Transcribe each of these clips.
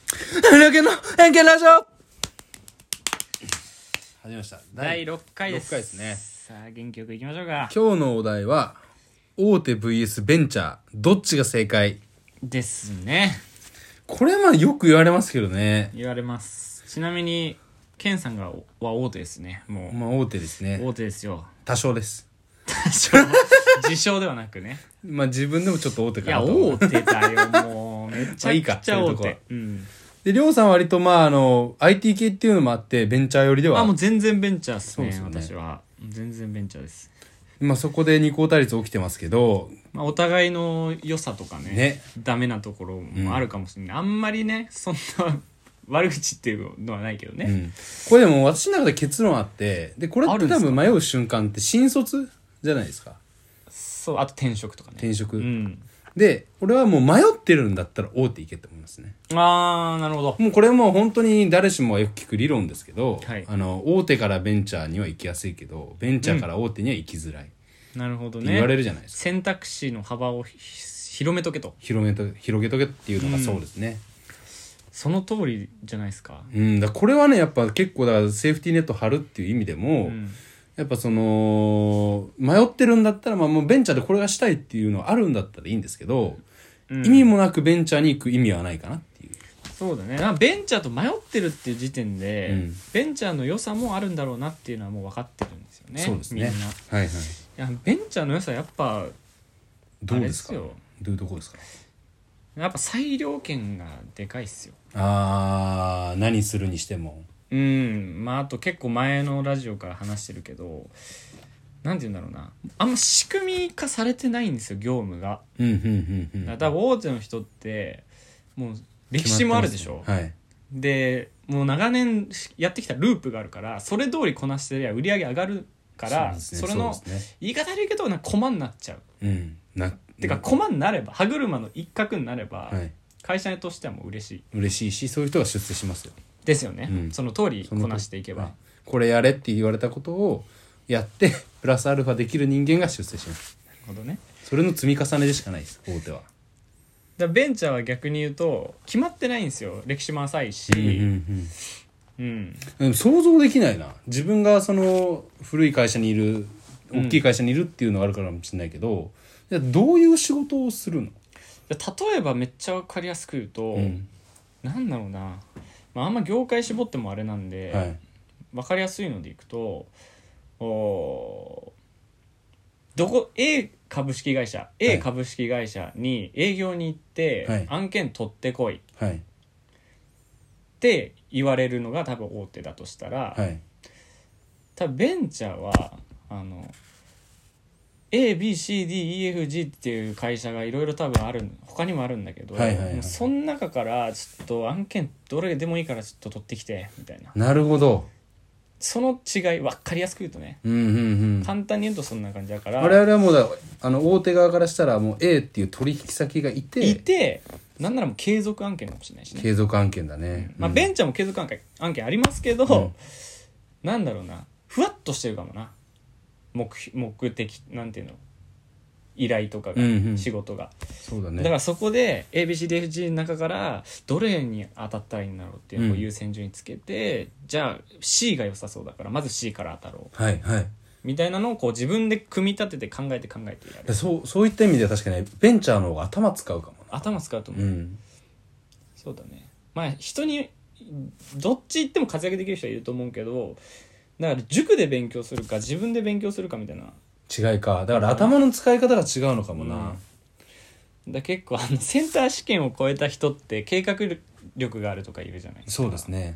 だけの偏見ラジオ始めました。 第6回です。 6回ですね。 さあ元気よくいきましょうか。 今日のお題は大手 vs ベンチャーどっちが正解ですね。 これはよく言われますけどね。 言われます。ちなみにケンさんは大手ですね。もう、 まあ大手ですね。 大手ですよ。 多少です。 自称ではなくね。 まあ自分でもちょっと大手いやかなと大手だよ。もうめちゃくちゃ大手。うん。 で、りょうさんは割とまあIT 系っていうのもあってベンチャー寄りではもう全然ベンチャーですね。 そうです私は全然ベンチャーです。 まあそこで二項対立起きてますけど、 まあお互いの良さとかねダメなところもあるかもしれない。あんまりねそんな悪口っていうのはないけどね。 うん、これでも私の中で結論あって、でこれって多分迷う瞬間って新卒じゃないですか。 そう、あと転職とかね。 転職、 うん。 で俺はもう迷ってるんだったら大手行けって思いますね。 あー、なるほど。 もうこれも本当に誰しもよく聞く理論ですけど、 はい、 大手からベンチャーには行きやすいけどベンチャーから大手には行きづらい、 なるほどね。 って言われるじゃないですか。 選択肢の幅を広めとけと。 広げとけっていうのがそうですね、 その通りじゃないですか。 だからこれはねやっぱ結構だからセーフティーネット張るっていう意味でも、やっぱその迷ってるんだったら、まあもうベンチャーでこれがしたいっていうのはあるんだったらいいんですけど、意味もなくベンチャーに行く意味はないかなっていう。 そうだね。ベンチャーと迷ってるっていう時点で、ベンチャーの良さもあるんだろうなっていうのはもう分かってるんですよね。 そうですね。 みんな。 はいはい。 いやベンチャーの良さやっぱどうですか。どういうとこですか。 やっぱ裁量権がでかいっすよ。 何するにしても。 まああと結構前のラジオから話してるけど、なんて言うんだろうな、あんま仕組み化されてないんですよ業務が。だから大手の人ってもう歴史もあるでしょ、 はい、 でもう長年やってきたループがあるから、それ通りこなしてりゃ売り上げ上がるから、それの言い方悪いけど駒になっちゃう、てか駒になれば歯車の一角になれば、会社としてはもう嬉しいし、そういう人が出世しますよですよね、その通りこなしていけば、 これやれって言われたことをやってプラスアルファできる人間が出世します。 なるほどね。それの積み重ねでしかないです大手は。 だベンチャーは逆に言うと決まってないんですよ。歴史も浅いし、 でも想像できないな。自分がその古い会社にいる大きい会社にいるっていうのがあるからかもしれないけど、どういう仕事をするの。 例えばめっちゃ分かりやすく言うと、なんだろうな、あんま業界絞ってもあれなんで、分かりやすいのでいくと、A 株式会社に営業に行って、案件取ってこいって言われるのが多分大手だとしたら、多分ベンチャーはABCDEFG っていう会社がいろいろ多分他にもあるんだけど、その中からちょっと案件どれでもいいからちょっと取ってきてみたいな。 なるほど。 その違い分かりやすく言うとね、簡単に言うとそんな感じだから、 我々はもう大手側からしたらもう A っていう取引先がいてなんならもう継続案件かもしれないしね。 継続案件だね、 ベンチャーも継続案件ありますけど、なんだろうな、ふわっとしてるかもな、目的なんていうの、依頼とかが、仕事がそうだね。だからそこで ABCDFG の中からどれに当たったらいいんだろうっていうのを優先順位つけて、じゃあ C が良さそうだからまず C から当たろう、みたいなのをこう自分で組み立てて考えてやる。 そういった意味では確かにベンチャーの方が頭使うかもな。 頭使うと思う、そうだね。まあ人にどっち行っても活躍できる人はいると思うけど、だから塾で勉強するか自分で勉強するかみたいな違いか。だから頭の使い方が違うのかもな、 だ結構センター試験を超えた人って計画力があるとかいるじゃないですか。 そうですね、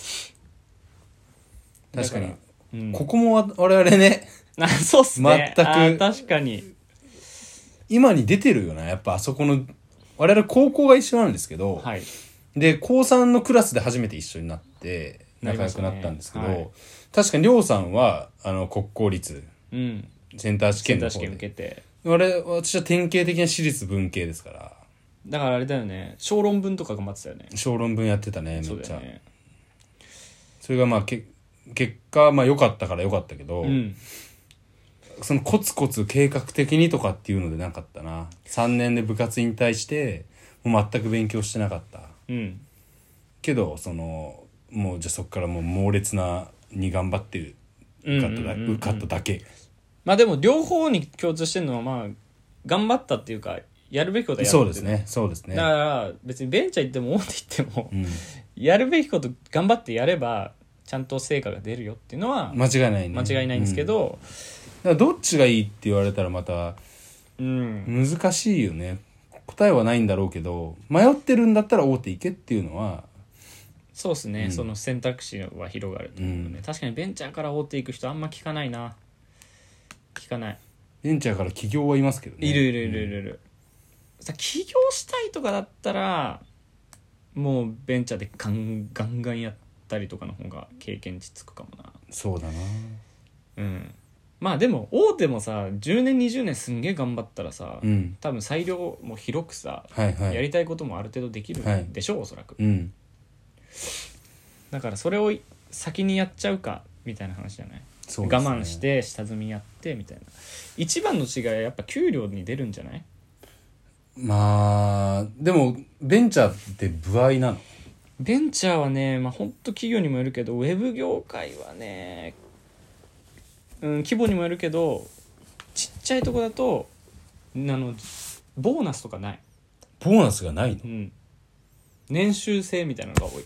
確かに、ここも我々ねそうっすね、 全く確かに今に出てるよな。やっぱあそこの我々高校が一緒なんですけど、で高3のクラスで初めて一緒になって仲良くなったんですけど、確かにりょうさんは国公立、センター試験の方で受けて、私は典型的な私立文系ですから。 だからあれだよね、小論文とか頑張ってたよね。 小論文やってたね、めっちゃ。それがまあ結果まあ良かったから良かったけど、そのコツコツ計画的にとかっていうのでなかったな。3年で部活引退してもう全く勉強してなかった、 けどもうじゃあそこからもう猛烈なに頑張って受かっただけ。 まあでも両方に共通してるのはまあ頑張ったっていうかやるべきことはやる。 そうですね。 だから別にベンチャー行っても大手行っても、やるべきこと頑張ってやればちゃんと成果が出るよっていうのは間違いないね。 間違いないんですけど、 だからどっちがいいって言われたらまた難しいよね。答えはないんだろうけど、迷ってるんだったら大手行けっていうのはそうですね、その選択肢は広がると思うね、確かにベンチャーから大手行く人あんま聞かないな。聞かない。 ベンチャーから起業はいますけどね。 いる、さ起業したいとかだったらもうベンチャーでガンガンやったりとかの方が経験値つくかもな。 そうだな。 まあでも大手もさ10年20年すんげえ頑張ったらさ、多分裁量も広くさ、やりたいこともある程度できるでしょう、おそらく、だからそれを先にやっちゃうかみたいな話じゃない。そうですね、我慢して下積みやってみたいな。一番の違いはやっぱ給料に出るんじゃない。 まあでもベンチャーって歩合なの。 ベンチャーはね、まあ本当企業にもよるけどウェブ業界はね、規模にもよるけどちっちゃいとこだとボーナスとかない。 ボーナスがないの、 年収制みたいなのが多い。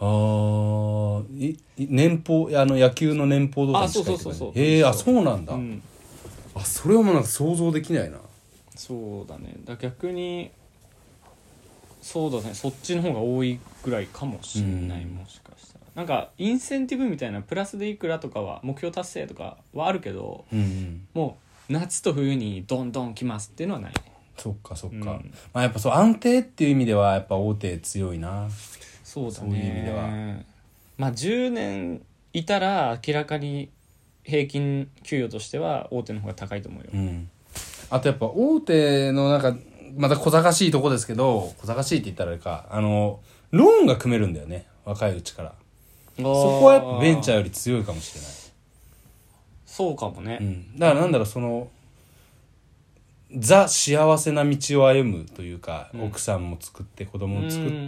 年俸野球の年俸とかに近いとか、ね、そうなんだ、それはもうなんか想像できないな。 そうだね。逆にそうだね、そっちの方が多いぐらいかもしれない、もしかしたら。なんかインセンティブみたいなプラスでいくらとかは目標達成とかはあるけど、もう夏と冬にドンドン来ますっていうのはないね。 そっか、まあやっぱそう安定っていう意味ではやっぱ大手強いな。 そうだね、 そういう意味ではまあ10年いたら明らかに平均給与としては大手の方が高いと思うよ、 あとやっぱ大手のなんかまた小賢しいとこですけど、小賢しいって言ったらあれか、ローンが組めるんだよね、若いうちから。そこはやっぱベンチャーより強いかもしれない。 そうかもね、 だからなんだろう、ザ幸せな道を歩むというか、奥さんも作って子供も作って、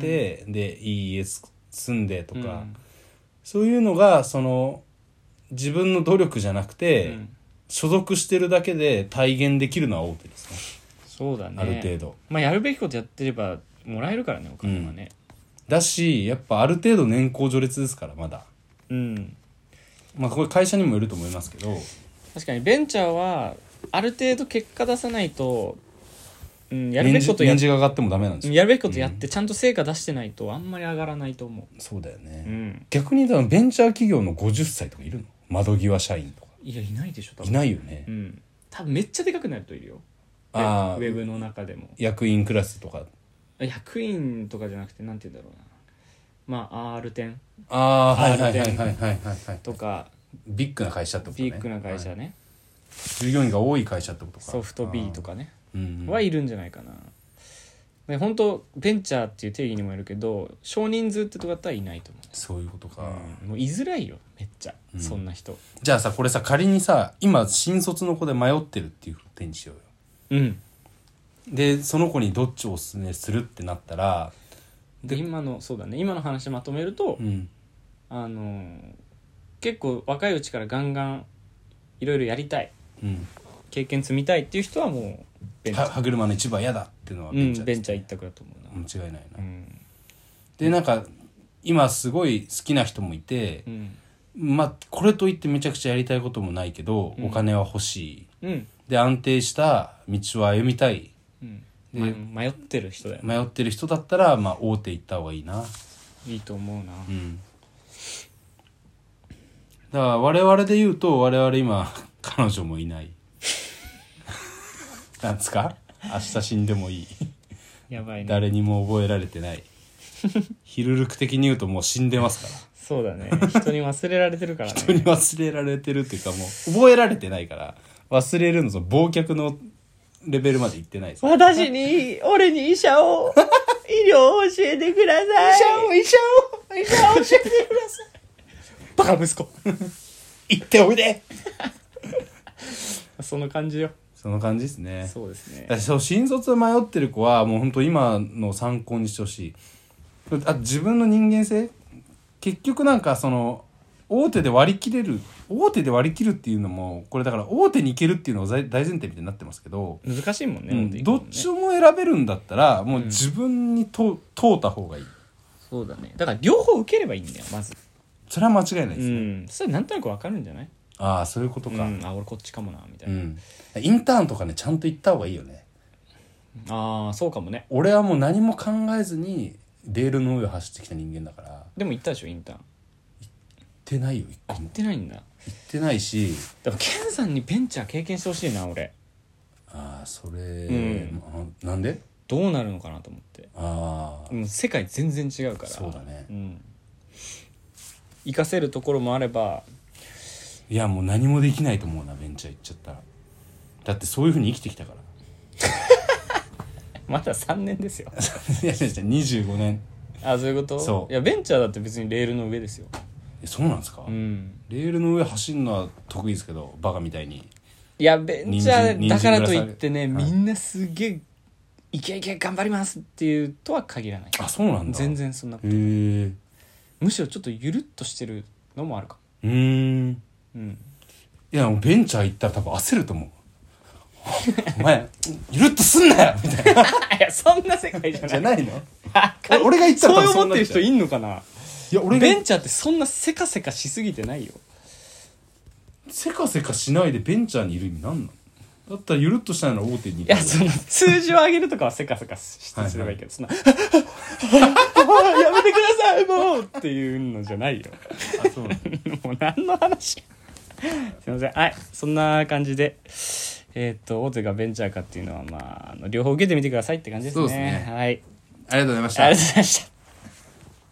でいい家住んでとか、そういうのが自分の努力じゃなくて、所属してるだけで体現できるのは大手ですね。 そうだね、 ある程度まあやるべきことやってればもらえるからね、お金はね、 だしやっぱある程度年功序列ですからまだ。まあこれ会社にもよると思いますけど、 確かにベンチャーはある程度結果出さないと、やるべきこと年次が上がってもダメなんですよ。 やるべきことやってちゃんと成果出してないとあんまり上がらないと思う。 そうだよね、逆に言うとベンチャー企業の50歳とかいるの？窓際社員とか。 いやいないでしょ多分。 いないよね、 多分めっちゃでかくなるといるよ。ウェブの中でも役員クラスとか。 役員とかじゃなくてなんて言うんだろうな、まあ R10 とかビッグな会社ってことね。 ビッグな会社ね、 従業員が多い会社ってことか。 ソフト B とかね、はいるんじゃないかな。で本当ベンチャーっていう定義にもよるけど少人数ってとこだったらいないと思う。 そういうことか、 もう居づらいよめっちゃ、そんな人。 じゃあさ、これさ仮にさ今新卒の子で迷ってるっていう手にしようよ。でその子にどっちをおすすめするってなったら、 で今の話まとめると、結構若いうちからガンガンいろいろやりたい、経験積みたいっていう人はもうベンチャー、 歯車の一部は嫌だっていうのはベンチャー一択だと思うな。 間違いないな、でなんか今すごい好きな人もいて、まあこれといってめちゃくちゃやりたいこともないけど、お金は欲しい、で安定した道を歩みたい、 で迷ってる人だよね。迷ってる人だったら、まあ大手行った方がいいな。 いいと思うな。 だから我々で言うと、我々今彼女もいないなんつか明日死んでもいいやばいね。 誰にも覚えられてないヒルルク的に言うともう死んでますから。 そうだね、人に忘れられてるからね人に忘れられてるっていうか、もう覚えられてないから忘れるの、その忘却のレベルまで行ってないです。 俺に医者を医療を教えてください。 医者を教えてくださいバカ息子行っておいでその感じよ。 その感じですね。 そうですね。 だから新卒迷ってる子はもう本当今の参考にしてほしい。 あ自分の人間性結局なんかその大手で割り切るっていうのもこれだから大手に行けるっていうのを大前提みたいになってますけど難しいもんね、 どっちも選べるんだったらもう自分に通った方がいい、 そうだね。だから両方受ければいいんだよまず。 それは間違いないですね、 それなんとなく分かるんじゃない？ ああそういうことか、 あ俺こっちかもなみたいな、 インターンとかねちゃんと行った方がいいよね。 ああそうかもね。 俺はもう何も考えずにレールの上を走ってきた人間だから。 でも行ったでしょインターン？ 行ってないよ一回も。 行ってないんだ。 行ってないし、 でもケンさんにベンチャー経験してほしいな俺。 ああそれ、なんでどうなるのかなと思って。 ああ世界全然違うから。 そうだね、 活かせるところもあれば、 いやもう何もできないと思うなベンチャー行っちゃったら。だってそういう風に生きてきたからまだ3年ですよいや25年。 あそういうこと？ そういやベンチャーだって別にレールの上ですよ。 そうなんですか、レールの上走るのは得意ですけどバカみたいに。 いやベンチャーだからといってね、みんなすげえいけいけ頑張りますっていうとは限らない。 あそうなんだ。 全然そんなことない。むしろちょっとゆるっとしてるのもあるかも。いやもうベンチャー行ったら多分焦ると思うお前ゆるっとすんなよみたいないやそんな世界じゃないじゃないの俺が言ったら多分そう思ってる人いんのかな。 いや俺ベンチャーってそんなせかせかしすぎてないよ。 せかせかしないでベンチャーにいる意味なんなの？だったらゆるっとしたいのは大手に。 いやその数字を上げるとかはせかせかすればいいけど、そんなやめてくださいもうっていうのじゃないよ。 あそうなんだもう何の話すいません。はいそんな感じで大手がベンチャーかっていうのはまあ両方受けてみてくださいって感じですね。 そうですね。 はいありがとうございました。 ありがとうございました。